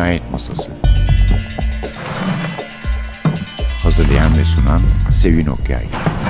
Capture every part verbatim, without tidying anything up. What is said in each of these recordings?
Cinayet Masası. Hazırlayan ve sunan Sevin Okyay.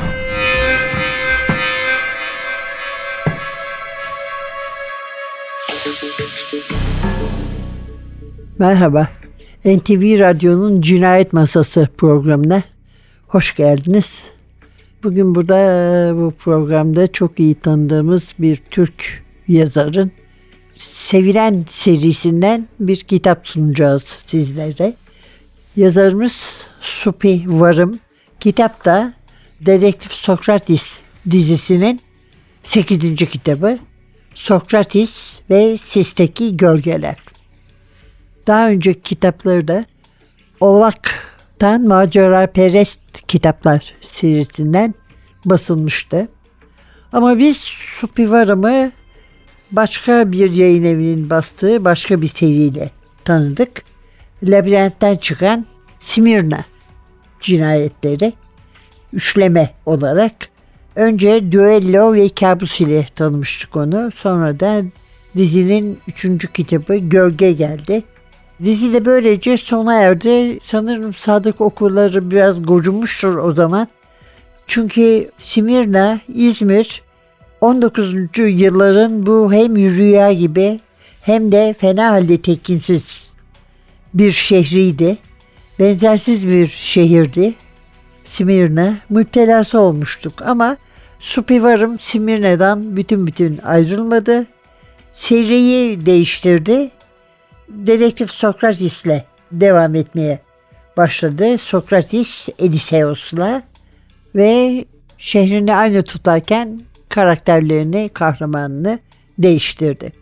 Merhaba, N T V Radyo'nun Cinayet Masası programına hoş geldiniz. Bugün burada bu programda çok iyi tanıdığımız bir Türk yazarın Sevilen serisinden bir kitap sunacağız sizlere. Yazarımız Supi Varım. Kitap da Dedektif Sokratis dizisinin sekizinci kitabı. Sokratis ve Sisteki Gölgeler. Daha önceki kitapları da Oğlak'tan Maceraperest Kitaplar serisinden basılmıştı. Ama biz Supi Varım'ı başka bir yayın evinin bastığı başka bir seriyle tanıdık. Labirentten çıkan Simirna cinayetleri üçleme olarak. Önce Düello ve Kabus ile tanımıştık onu. Sonra da dizinin üçüncü kitabı Gölge geldi. Dizi de böylece sona erdi. Sanırım sadık okurları biraz gocunmuştur o zaman. Çünkü Simirna, İzmir on dokuzuncu yılların bu hem rüya gibi hem de fena halde tekinsiz bir şehriydi. Benzersiz bir şehirdi Simirna. Müptelası olmuştuk ama Supi Varım Simirna'dan bütün bütün ayrılmadı. Seriyi değiştirdi. Dedektif Sokratis'le devam etmeye başladı. Sokratis Ediseus'la ve şehrini aynı tutarken karakterlerini, kahramanını değiştirdi.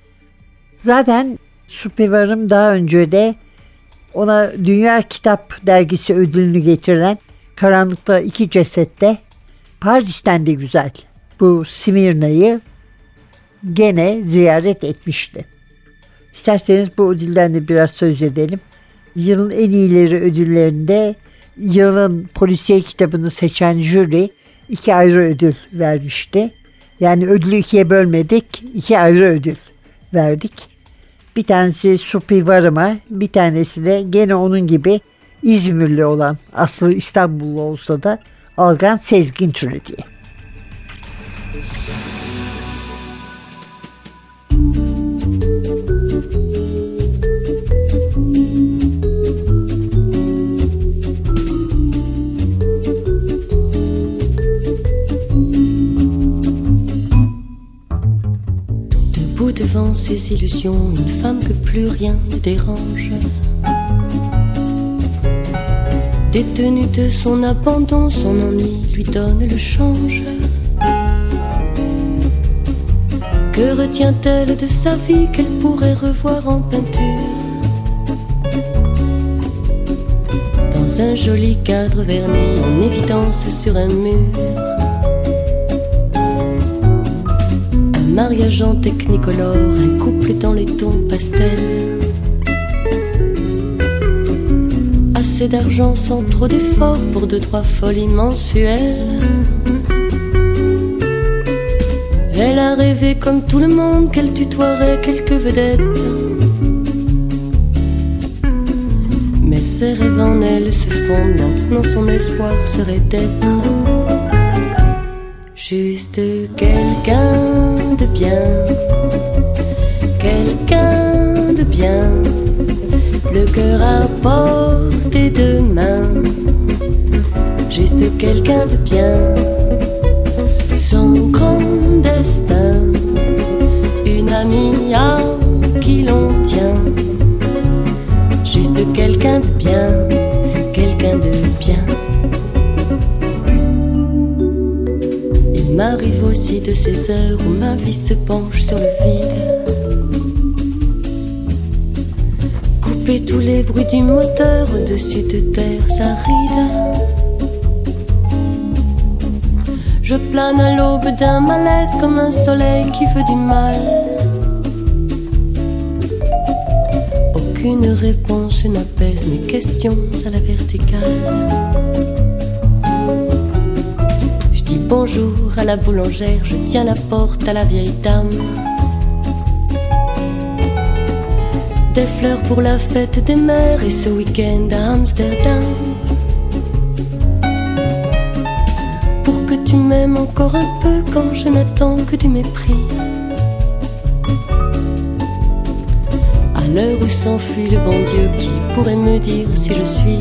Zaten Supi Varım daha önce de ona Dünya Kitap Dergisi ödülünü getiren Karanlıkta İki Cesette, Paris'ten de güzel bu Simirna'yı gene ziyaret etmişti. İsterseniz bu ödülden de biraz söz edelim. Yılın en iyileri ödüllerinde yılın polisiye kitabını seçen jüri iki ayrı ödül vermişti. Yani ödülü ikiye bölmedik, iki ayrı ödül verdik. Bir tanesi Supi Varım'a, bir tanesi de gene onun gibi İzmirli olan, aslı İstanbullu olsa da Algan Sezgin Türedi'ye. Devant ses illusions, une femme que plus rien ne dérange. Détenue de son abandon, son ennui lui donne le change. Que retient-elle de sa vie qu'elle pourrait revoir en peinture? Dans un joli cadre verni, en évidence sur un mur. Mariage en technicolore, un couple dans les tons pastels. Assez d'argent sans trop d'efforts pour deux, trois folies mensuelles. Elle a rêvé comme tout le monde qu'elle tutoierait quelques vedettes. Mais ses rêves en elle se fondent, maintenant son espoir serait d'être juste quelqu'un de bien, quelqu'un de bien, le cœur à portée de main, juste quelqu'un de bien, son grand destin, une amie à qui l'on tient, juste quelqu'un de bien, quelqu'un de bien. Il m'arrive aussi de ces heures où ma vie se penche sur le vide. Couper tous les bruits du moteur au-dessus de terres arides. Je plane à l'aube d'un malaise comme un soleil qui veut du mal. Aucune réponse n'apaise mes questions à la verticale. Bonjour à la boulangère, je tiens la porte à la vieille dame. des fleurs pour la fête des mères et ce week-end à Amsterdam. Pour que tu m'aimes encore un peu quand je n'attends que du mépris. À l'heure où s'enfuit le bon Dieu, qui pourrait me dire si je suis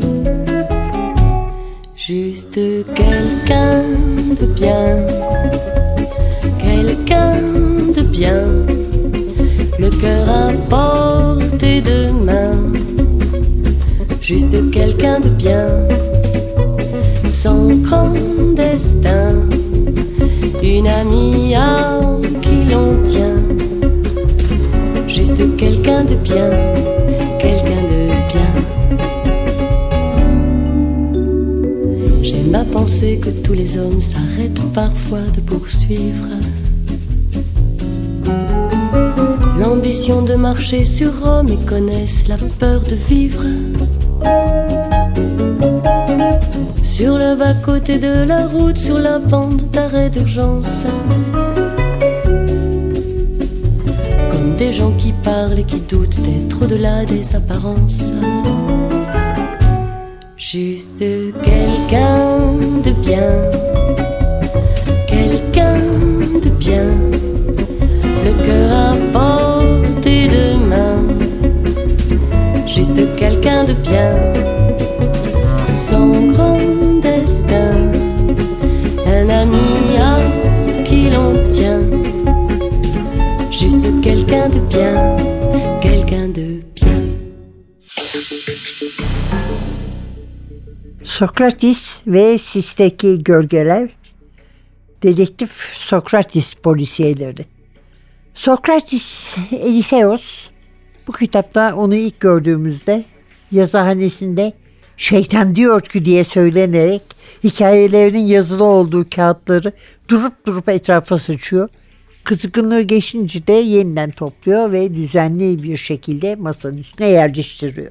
juste quelqu'un de bien, quelqu'un de bien, le cœur à portée de main, juste quelqu'un de bien, sans grand destin, une amie à qui l'on tient, juste quelqu'un de bien, quelqu'un de bien. J'aime à penser que tous les hommes s'arrêtent parfois de poursuivre l'ambition de marcher sur Rome et connaissent la peur de vivre sur le bas-côté de la route, sur la bande d'arrêt d'urgence, comme des gens qui parlent et qui doutent d'être au-delà des apparences. Juste quelqu'un de bien, quelqu'un de bien, le cœur à portée de main, juste quelqu'un de bien, sans grand destin, un ami à qui l'on tient, juste quelqu'un de bien, quelqu'un de bien. Sokratis ve Sis'teki Gölgeler, Dedektif Sokratis polisiyeleri. Sokratis Eliseos, bu kitapta onu ilk gördüğümüzde yazıhanesinde şeytan diyor ki diye söylenerek hikayelerinin yazılı olduğu kağıtları durup durup etrafa saçıyor. Kızgınlığı geçince de yeniden topluyor ve düzenli bir şekilde masanın üstüne yerleştiriyor.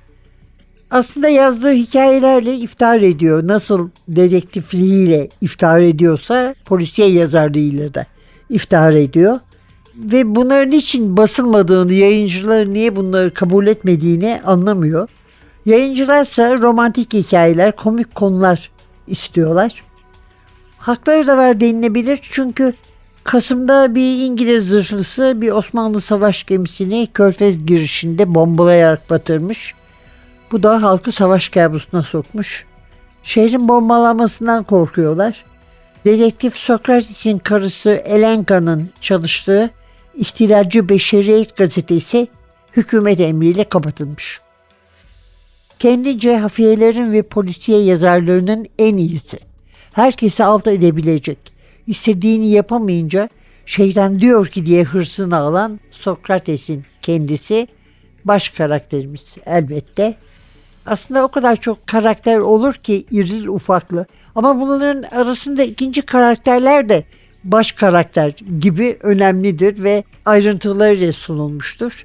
Aslında yazdığı hikayelerle iftihar ediyor. Nasıl dedektifliğiyle iftihar ediyorsa polisiye yazarlığıyla da iftihar ediyor. Ve bunların için basılmadığını, yayıncılar niye bunları kabul etmediğini anlamıyor. Yayıncılarsa romantik hikayeler, komik konular istiyorlar. Hakları da var denilebilir çünkü Kasım'da bir İngiliz zırhlısı bir Osmanlı savaş gemisini Körfez girişinde bombalayarak batırmış. Bu da halkı savaş kabusuna sokmuş. Şehrin bombalanmasından korkuyorlar. Dedektif Sokrates'in karısı Elenka'nın çalıştığı İhtilalci Beşeriyet gazetesi hükümet emriyle kapatılmış. Kendince hafiyelerin ve polisiye yazarlarının en iyisi. Herkesi alt edebilecek. İstediğini yapamayınca şeytan diyor ki diye hırsını alan Sokrates'in kendisi baş karakterimiz elbette. Aslında o kadar çok karakter olur ki irili ufaklı. Ama bunların arasında ikinci karakterler de baş karakter gibi önemlidir ve ayrıntılarıyla sunulmuştur.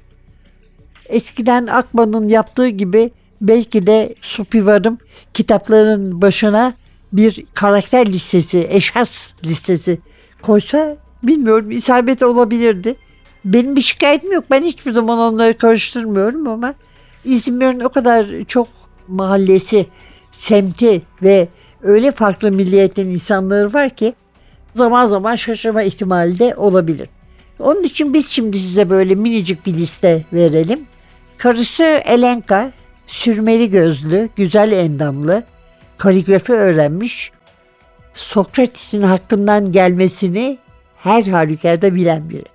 Eskiden Akman'ın yaptığı gibi belki de Supivarım kitaplarının başına bir karakter listesi, eşhas listesi koysa bilmiyorum isabet olabilirdi. Benim bir şikayetim yok. Ben hiçbir zaman onları karıştırmıyorum ama İzmir'in o kadar çok mahallesi, semti ve öyle farklı milliyetten insanları var ki zaman zaman şaşırma ihtimali de olabilir. Onun için biz şimdi size böyle minicik bir liste verelim. Karısı Elenka, sürmeli gözlü, güzel endamlı, kaligrafi öğrenmiş, Sokrates'in hakkından gelmesini her halükarda bilen biri.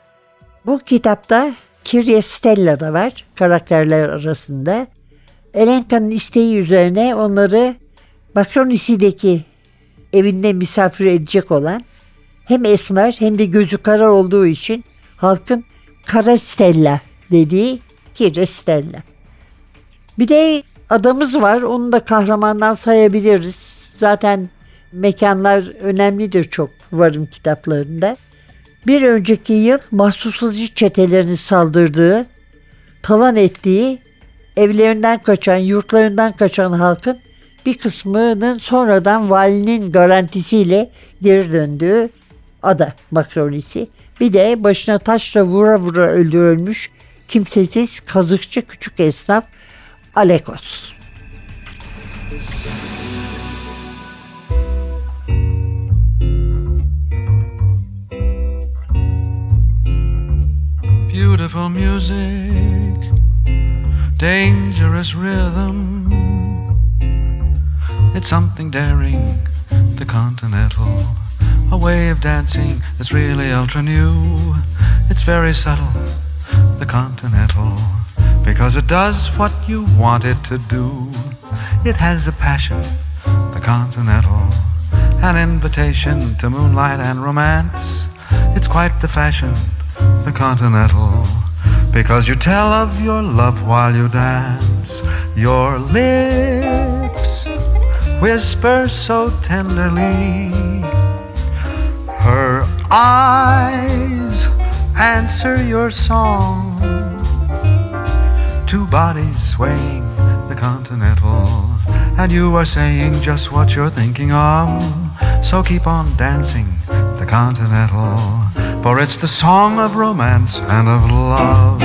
Bu kitapta Kirya Stella da var karakterler arasında. Elenka'nın isteği üzerine onları Bakronisi'deki evinde misafir edecek olan hem esmer hem de gözü kara olduğu için halkın Kara Stella dediği Kirya Stella. Bir de adamız var, onu da kahramandan sayabiliriz. Zaten mekanlar önemlidir çok varım kitaplarında. Bir önceki yıl mahsusacı çetelerinin saldırdığı, talan ettiği, evlerinden kaçan, yurtlarından kaçan halkın bir kısmının sonradan valinin garantisiyle geri döndüğü ada Makronisi. Bir de başına taşla vura vura öldürülmüş kimsesiz kazıkçı küçük esnaf Alekos. Beautiful music, dangerous rhythm. It's something daring, the continental. A way of dancing that's really ultra new. It's very subtle, the continental, because it does what you want it to do. It has a passion, the continental, an invitation to moonlight and romance. It's quite the fashion, the continental, because you tell of your love while you dance. Your lips whisper so tenderly, her eyes answer your song. Two bodies swaying the continental, and you are saying just what you're thinking of. So keep on dancing the continental, for it's the song of romance and of love.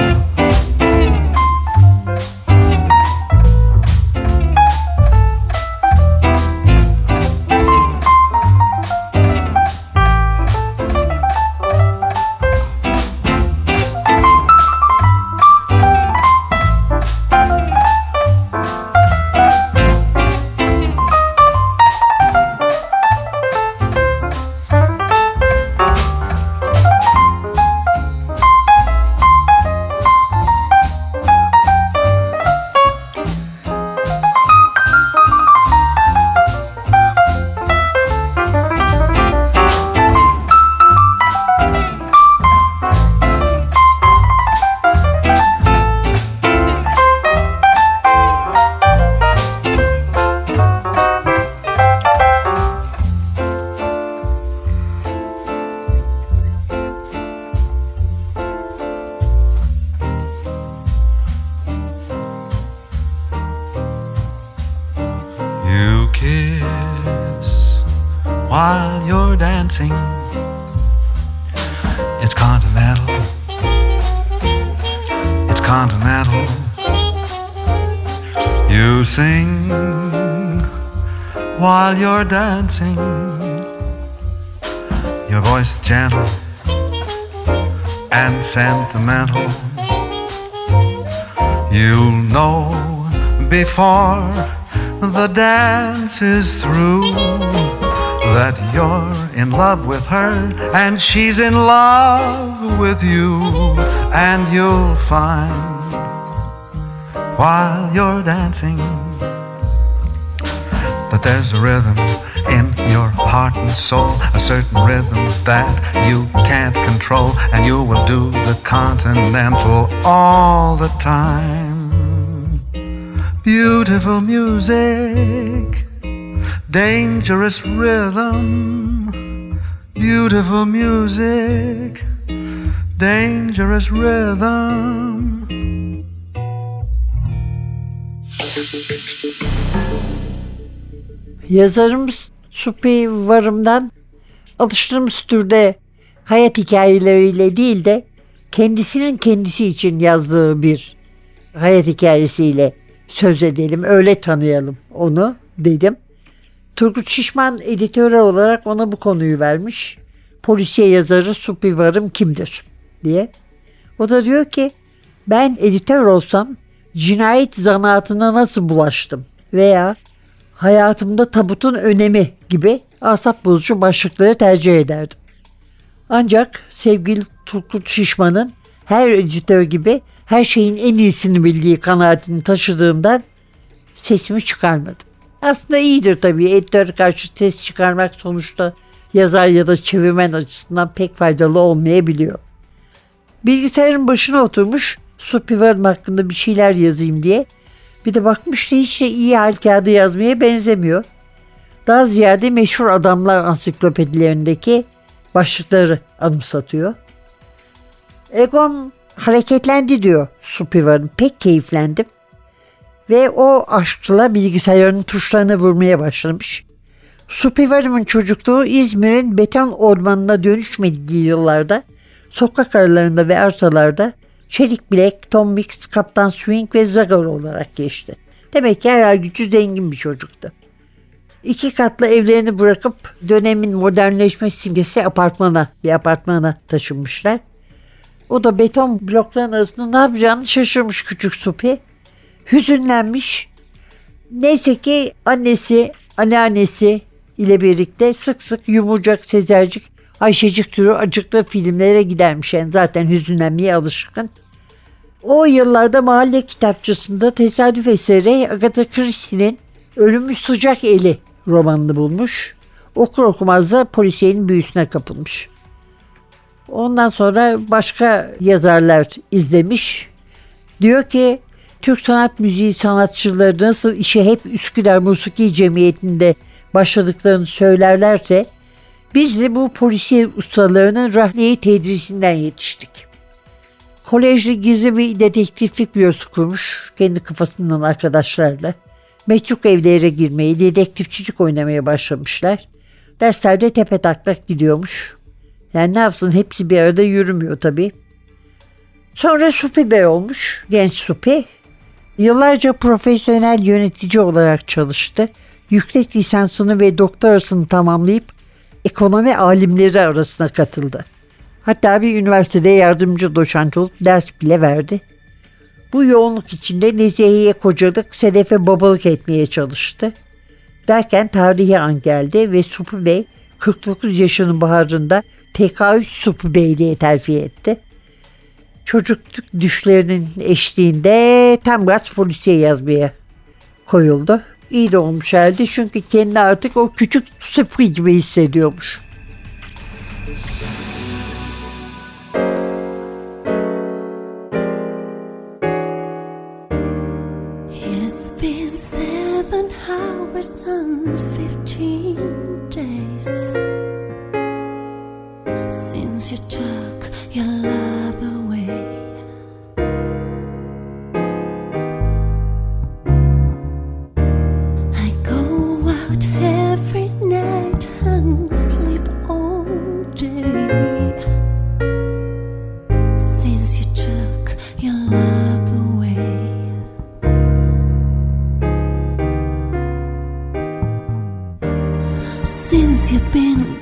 While you're dancing, it's continental, it's continental. You sing while you're dancing, your voice is gentle and sentimental. You'll know before the dance is through that you're in love with her and she's in love with you. And you'll find while you're dancing that there's a rhythm in your heart and soul, a certain rhythm that you can't control, and you will do the continental all the time. Beautiful music, dangerous rhythm, beautiful music, dangerous rhythm. Yazarımız Supi Varım'dan alıştığımız türde hayat hikayeleriyle değil de kendisinin kendisi için yazdığı bir hayat hikayesiyle söz edelim, öyle tanıyalım onu dedim. Turgut Şişman editörü olarak ona bu konuyu vermiş. Polisiye yazarı Supi Varım kimdir diye. O da diyor ki, ben editör olsam cinayet zanaatına nasıl bulaştım veya hayatımda tabutun önemi gibi asap bozucu başlıkları tercih ederdim. Ancak sevgili Turgut Şişman'ın her editör gibi her şeyin en iyisini bildiği kanaatini taşıdığımdan sesimi çıkarmadım. Aslında iyidir tabii, editöre karşı ses çıkarmak sonuçta yazar ya da çevirmen açısından pek faydalı olmayabiliyor. Bilgisayarın başına oturmuş Supi Varım hakkında bir şeyler yazayım diye, bir de bakmış da hiç de iyi hal kağıdı yazmaya benzemiyor. Daha ziyade meşhur adamlar ansiklopedilerindeki başlıkları anımsatıyor. Egom hareketlendi diyor Supi Varım. Pek keyiflendim. Ve o aşkla bilgisayarın tuşlarına vurmaya başlamış. Supi Varım'ın çocukluğu İzmir'in beton ormanına dönüşmediği yıllarda sokak aralarında ve arsalarda Çelik Bilek, Tom Mix, Kaptan Swing ve Zagar olarak geçti. Demek ki hayal gücü zengin bir çocuktu. İki katlı evlerini bırakıp dönemin modernleşme simgesi apartmana, bir apartmana taşınmışlar. O da beton blokların arasında ne yapacağını şaşırmış küçük Supi. Hüzünlenmiş. Neyse ki annesi, anneannesi ile birlikte sık sık Yumurcak, Sezercik, Ayşecik türü acıklı filmlere gidermiş. Yani zaten hüzünlenmeye alışkın. O yıllarda mahalle kitapçısında tesadüf eseri Agatha Christie'nin Ölümü Sıcak Eli romanını bulmuş. Okur okumaz da polisiyenin büyüsüne kapılmış. Ondan sonra başka yazarlar izlemiş. Diyor ki Türk sanat müziği sanatçıları nasıl işe hep Üsküdar Musiki Cemiyeti'nde başladıklarını söylerlerse biz de bu polisiye ustalarının rahliye tedrisinden yetiştik. Kolejde gizli bir dedektiflik bürosu kurmuş kendi kafasından arkadaşlarla. Metruk evlere girmeyi, dedektifçilik oynamaya başlamışlar. Derslerde tepetaklak gidiyormuş. Yani ne yapsın, hepsi bir arada yürümüyor tabii. Sonra Supi Bey olmuş, genç Supi. Yıllarca profesyonel yönetici olarak çalıştı. Yüksek lisansını ve doktorasını tamamlayıp ekonomi alimleri arasına katıldı. Hatta bir üniversitede yardımcı doçent olup ders bile verdi. Bu yoğunluk içinde Nezihe'ye kocalık, Sedef'e babalık etmeye çalıştı. Derken tarihi an geldi ve Supi Bey kırk dokuz yaşının baharında T K üç Supi Bey diye terfi etti. Çocukluk düşlerinin eşliğinde tam gaz polisiye yazmaya koyuldu. İyi de olmuş herhalde, çünkü kendini artık o küçük Supi gibi hissediyormuş. It's been seven hours and fifteen days since you took your love away. I go out every night and sleep all day since you took your love away. Since you've been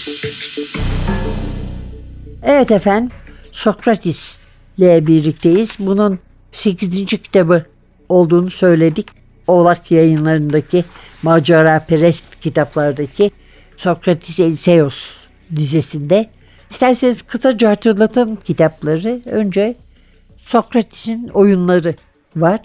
Evet efendim, Sokrates ile birlikteyiz. Bunun sekizinci kitabı olduğunu söyledik. Oğlak Yayınları'ndaki Macera Perest kitaplardaki Sokrates Eliseos dizisinde. İsterseniz kısaca hatırlatalım kitapları. Önce Sokrates'in Oyunları var.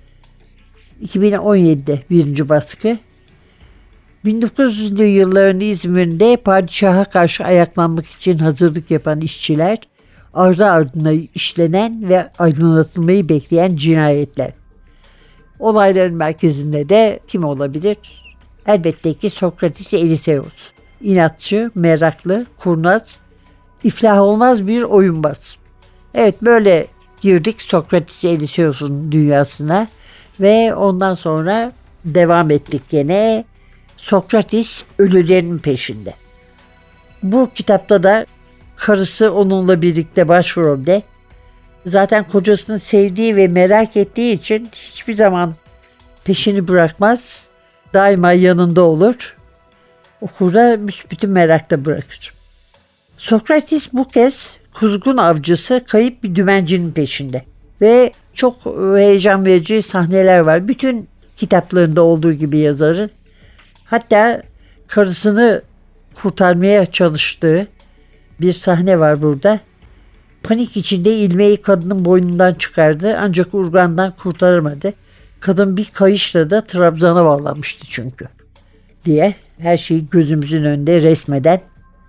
iki bin on yedide birinci baskı. bin dokuz yüzlü yılların İzmir'de padişaha karşı ayaklanmak için hazırlık yapan işçiler, ardı ardına işlenen ve aydınlatılmayı bekleyen cinayetler. Olayların merkezinde de kim olabilir? Elbette ki Sokrates Eliseos. İnatçı, meraklı, kurnaz, iflah olmaz bir oyunbaz. Evet, böyle girdik Sokrates Eliseos'un dünyasına ve ondan sonra devam ettik gene. Sokrates ölülerin peşinde. Bu kitapta da karısı onunla birlikte başrolde. Zaten kocasını sevdiği ve merak ettiği için hiçbir zaman peşini bırakmaz. Daima yanında olur. Okura büsbütün merakla bırakır. Sokrates bu kez kuzgun avcısı kayıp bir dümencinin peşinde. Ve çok heyecan verici sahneler var. Bütün kitaplarında olduğu gibi yazarın. Hatta karısını kurtarmaya çalıştığı bir sahne var burada. Panik içinde ilmeği kadının boynundan çıkardı ancak urgandan kurtaramadı. Kadın bir kayışla da trabzana bağlanmıştı çünkü diye her şeyi gözümüzün önünde resmeden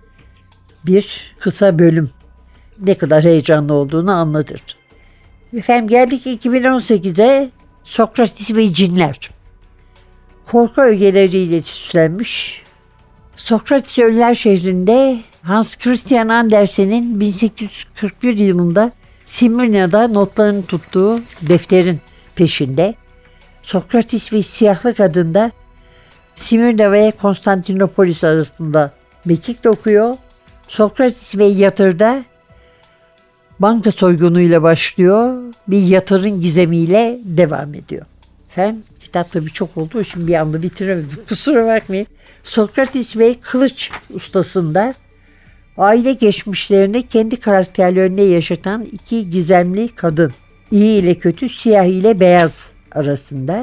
bir kısa bölüm ne kadar heyecanlı olduğunu anlatır. Efendim geldik iki bin on sekize, Sokrates ve Cinler. Korku ögeleriyle süslenmiş. Sokrates Ölüler Şehri'nde Hans Christian Andersen'in bin sekiz yüz kırk bir yılında Simirna'da notlarını tuttuğu defterin peşinde. Sokrates ve Siyahlı Kadın'da Simirna ve Konstantinopolis arasında mekik dokuyor. Sokrates ve Yatır'da banka soygunuyla başlıyor. Bir yatırın gizemiyle devam ediyor. Efendim, kitap tabii çok olduğu için bir anda bitiremedim. Kusura bakmayın. Sokrates ve Kılıç Ustası'nda aile geçmişlerini kendi karakterlerine yaşatan iki gizemli kadın. İyi ile kötü, siyah ile beyaz arasında.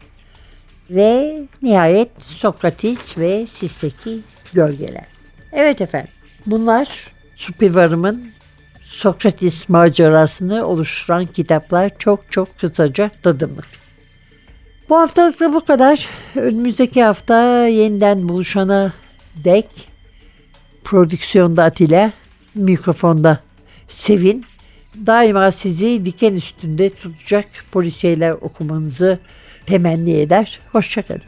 Ve nihayet Sokrates ve Sis'teki Gölgeler. Evet efendim, bunlar Supivarım'ın Sokrates macerasını oluşturan kitaplar, çok çok kısaca tadımlık. Bu haftalık da bu kadar. Önümüzdeki hafta yeniden buluşana dek prodüksiyonda Atilla, mikrofonda Sevin. Daima sizi diken üstünde tutacak polisiyeler okumanızı temenni eder. Hoşça kalın.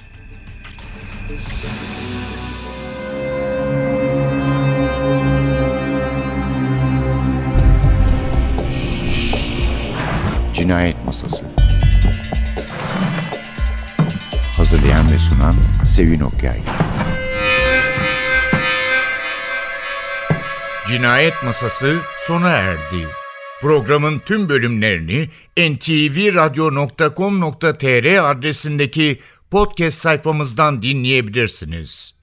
Cinayet Masası. Hazırlayan ve sunan Sevin Okyay. Cinayet Masası sona erdi. Programın tüm bölümlerini en te ve radyo nokta com nokta te er adresindeki podcast sayfamızdan dinleyebilirsiniz.